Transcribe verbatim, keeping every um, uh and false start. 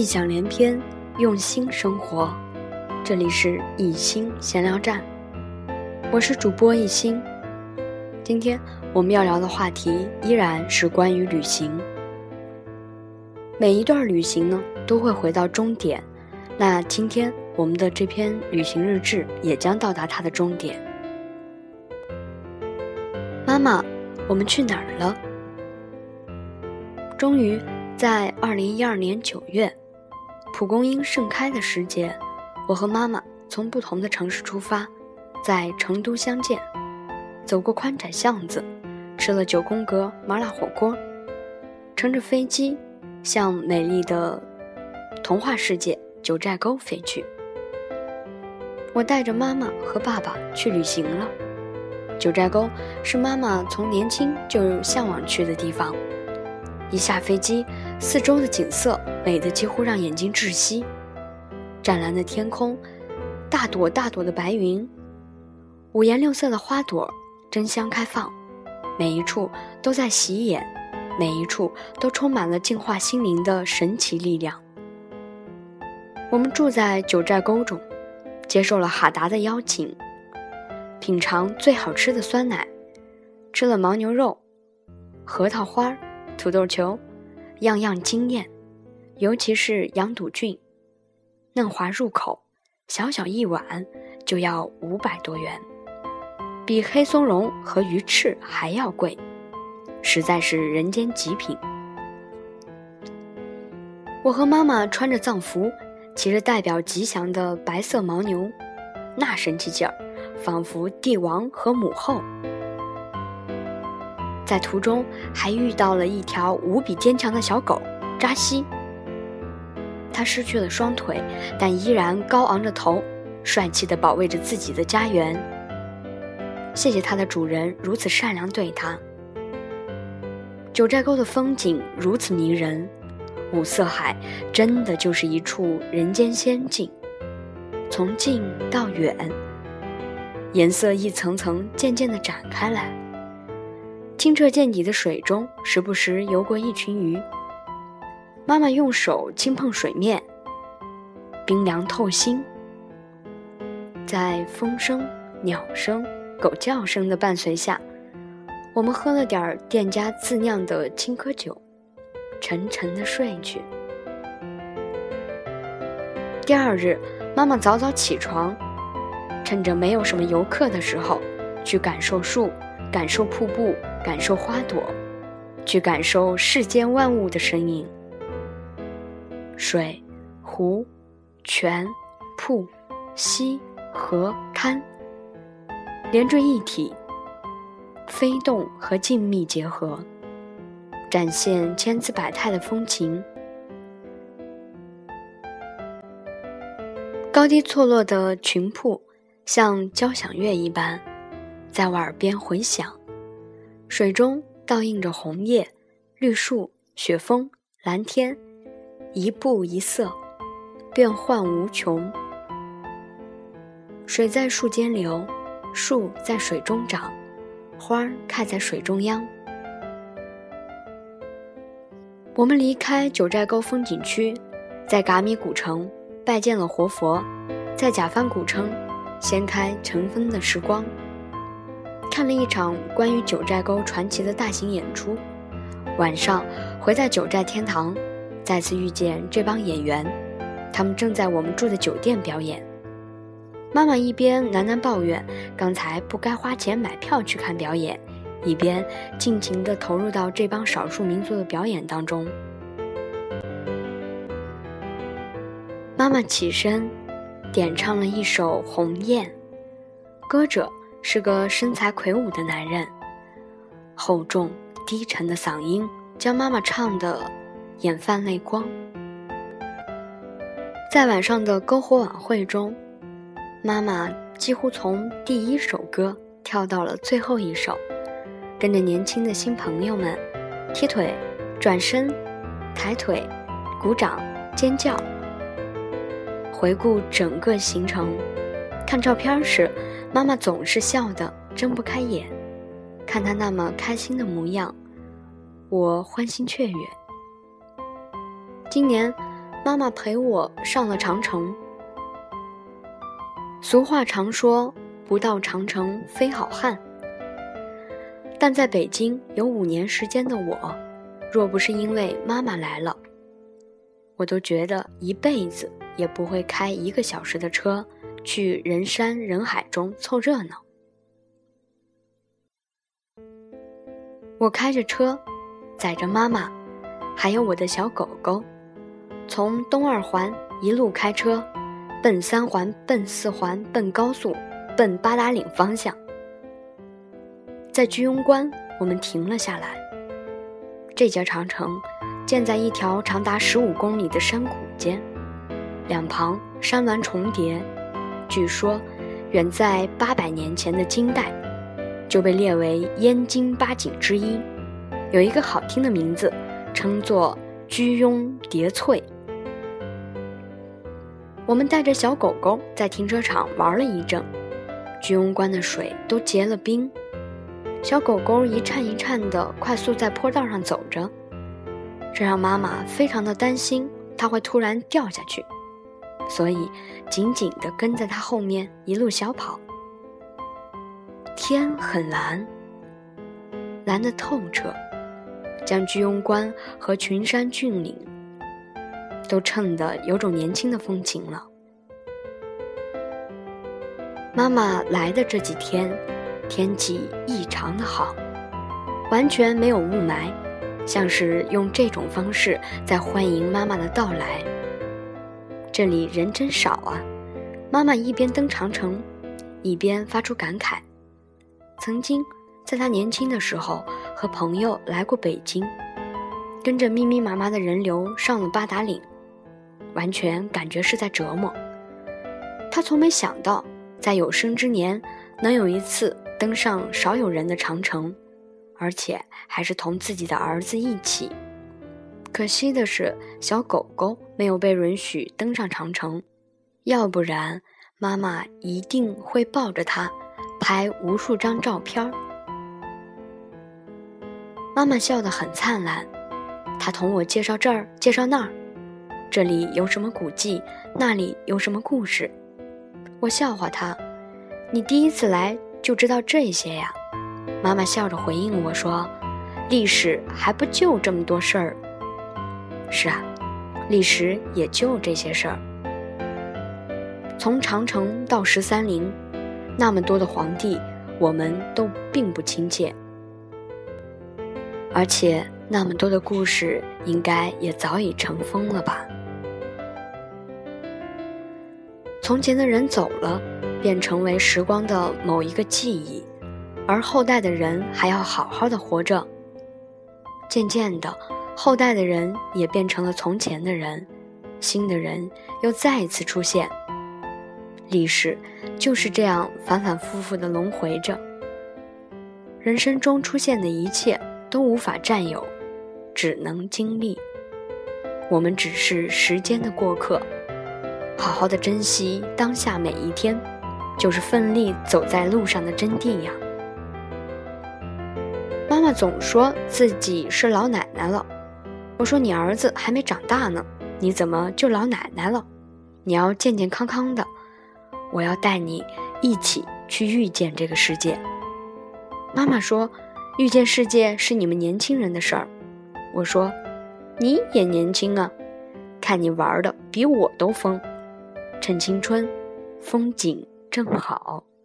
想连篇，用心生活。这里是一心闲聊站，我是主播一心。今天我们要聊的话题依然是关于旅行。每一段旅行呢，都会回到终点，那今天我们的这篇旅行日志也将到达它的终点。妈妈，我们去哪儿了？终于在二零一二年九月，蒲公英盛开的时节，我和妈妈从不同的城市出发，在成都相见，走过宽窄巷子，吃了九宫格麻辣火锅，乘着飞机向美丽的童话世界九寨沟飞去。我带着妈妈和爸爸去旅行了。九寨沟是妈妈从年轻就向往去的地方，一下飞机，四周的景色美得几乎让眼睛窒息。湛蓝的天空，大朵大朵的白云，五颜六色的花朵争相开放，每一处都在洗眼，每一处都充满了净化心灵的神奇力量。我们住在九寨沟中，接受了哈达的邀请，品尝最好吃的酸奶，吃了牦牛肉、核桃花、土豆球，样样惊艳。尤其是羊肚菌，嫩滑入口，小小一碗就要五百多元，比黑松茸和鱼翅还要贵，实在是人间极品。我和妈妈穿着藏服，骑着代表吉祥的白色牦牛，那神气劲儿，仿佛帝王和母后。在途中还遇到了一条无比坚强的小狗扎西，它失去了双腿，但依然高昂着头，帅气地保卫着自己的家园。谢谢它的主人如此善良对它。九寨沟的风景如此迷人，五色海真的就是一处人间仙境，从近到远，颜色一层层渐渐地展开来。清澈见底的水中时不时游过一群鱼，妈妈用手轻碰水面，冰凉透心。在风声、鸟声、狗叫声的伴随下，我们喝了点店家自酿的青稞酒，沉沉地睡去。第二日，妈妈早早起床，趁着没有什么游客的时候，去感受树，感受瀑布，感受花朵，去感受世间万物的身影。水、湖、泉、瀑、溪、河、滩连缀一体，飞动和静谧结合，展现千姿百态的风情。高低错落的群瀑像交响乐一般在我耳边回响，水中倒映着红叶、绿树、雪峰、蓝天，一步一色，变幻无穷。水在树间流，树在水中长，花开在水中央。我们离开九寨沟风景区，在噶米古城拜见了活佛，在贾帆古城掀开尘封的时光，看了一场关于九寨沟传奇的大型演出。晚上回在九寨天堂，再次遇见这帮演员，他们正在我们住的酒店表演。妈妈一边喃喃抱怨刚才不该花钱买票去看表演，一边尽情地投入到这帮少数民族的表演当中。妈妈起身点唱了一首《鸿雁》，歌者是个身材魁梧的男人，厚重低沉的嗓音将妈妈唱得眼泛泪光。在晚上的篝火晚会中，妈妈几乎从第一首歌跳到了最后一首，跟着年轻的新朋友们踢腿、转身、抬腿、鼓掌、尖叫。回顾整个行程，看照片时，妈妈总是笑得睁不开眼，看她那么开心的模样，我欢欣雀跃。今年妈妈陪我上了长城。俗话常说，不到长城非好汉。但在北京有五年时间的我，若不是因为妈妈来了，我都觉得一辈子也不会开一个小时的车去人山人海中凑热闹。我开着车，载着妈妈，还有我的小狗狗，从东二环一路开车，奔三环，奔四环，奔高速，奔八达岭方向。在居庸关，我们停了下来。这节长城建在一条长达十五公里的山谷间，两旁山峦重叠。据说，远在八百年前的金代，就被列为燕京八景之一，有一个好听的名字，称作居庸叠翠。我们带着小狗狗在停车场玩了一阵，居庸关的水都结了冰，小狗狗一颤一颤地快速在坡道上走着，这让妈妈非常的担心它会突然掉下去，所以紧紧地跟在它后面一路小跑。天很蓝，蓝得透彻，将居庸关和群山峻岭都衬得有种年轻的风情了。妈妈来的这几天，天气异常的好，完全没有雾霾，像是用这种方式在欢迎妈妈的到来。这里人真少啊！妈妈一边登长城，一边发出感慨。曾经在她年轻的时候，和朋友来过北京，跟着密密麻麻的人流上了八达岭，完全感觉是在折磨。她从没想到，在有生之年能有一次登上少有人的长城，而且还是同自己的儿子一起。可惜的是，小狗狗没有被允许登上长城，要不然妈妈一定会抱着它拍无数张照片。妈妈笑得很灿烂，她同我介绍这儿介绍那儿，这里有什么古迹，那里有什么故事。我笑话她，你第一次来就知道这些呀？妈妈笑着回应我说，历史还不就这么多事儿。是啊，历史也就这些事儿。从长城到十三陵，那么多的皇帝，我们都并不亲切，而且那么多的故事应该也早已尘封了吧。从前的人走了，便成为时光的某一个记忆，而后代的人还要好好的活着。渐渐的，后代的人也变成了从前的人，新的人又再一次出现。历史就是这样反反复复的轮回着。人生中出现的一切都无法占有，只能经历。我们只是时间的过客，好好的珍惜当下每一天，就是奋力走在路上的真谛呀。妈妈总说自己是老奶奶了，我说你儿子还没长大呢，你怎么就老奶奶了？你要健健康康的，我要带你一起去遇见这个世界。妈妈说，遇见世界是你们年轻人的事儿。我说，你也年轻啊，看你玩的比我都疯，趁青春，风景正好。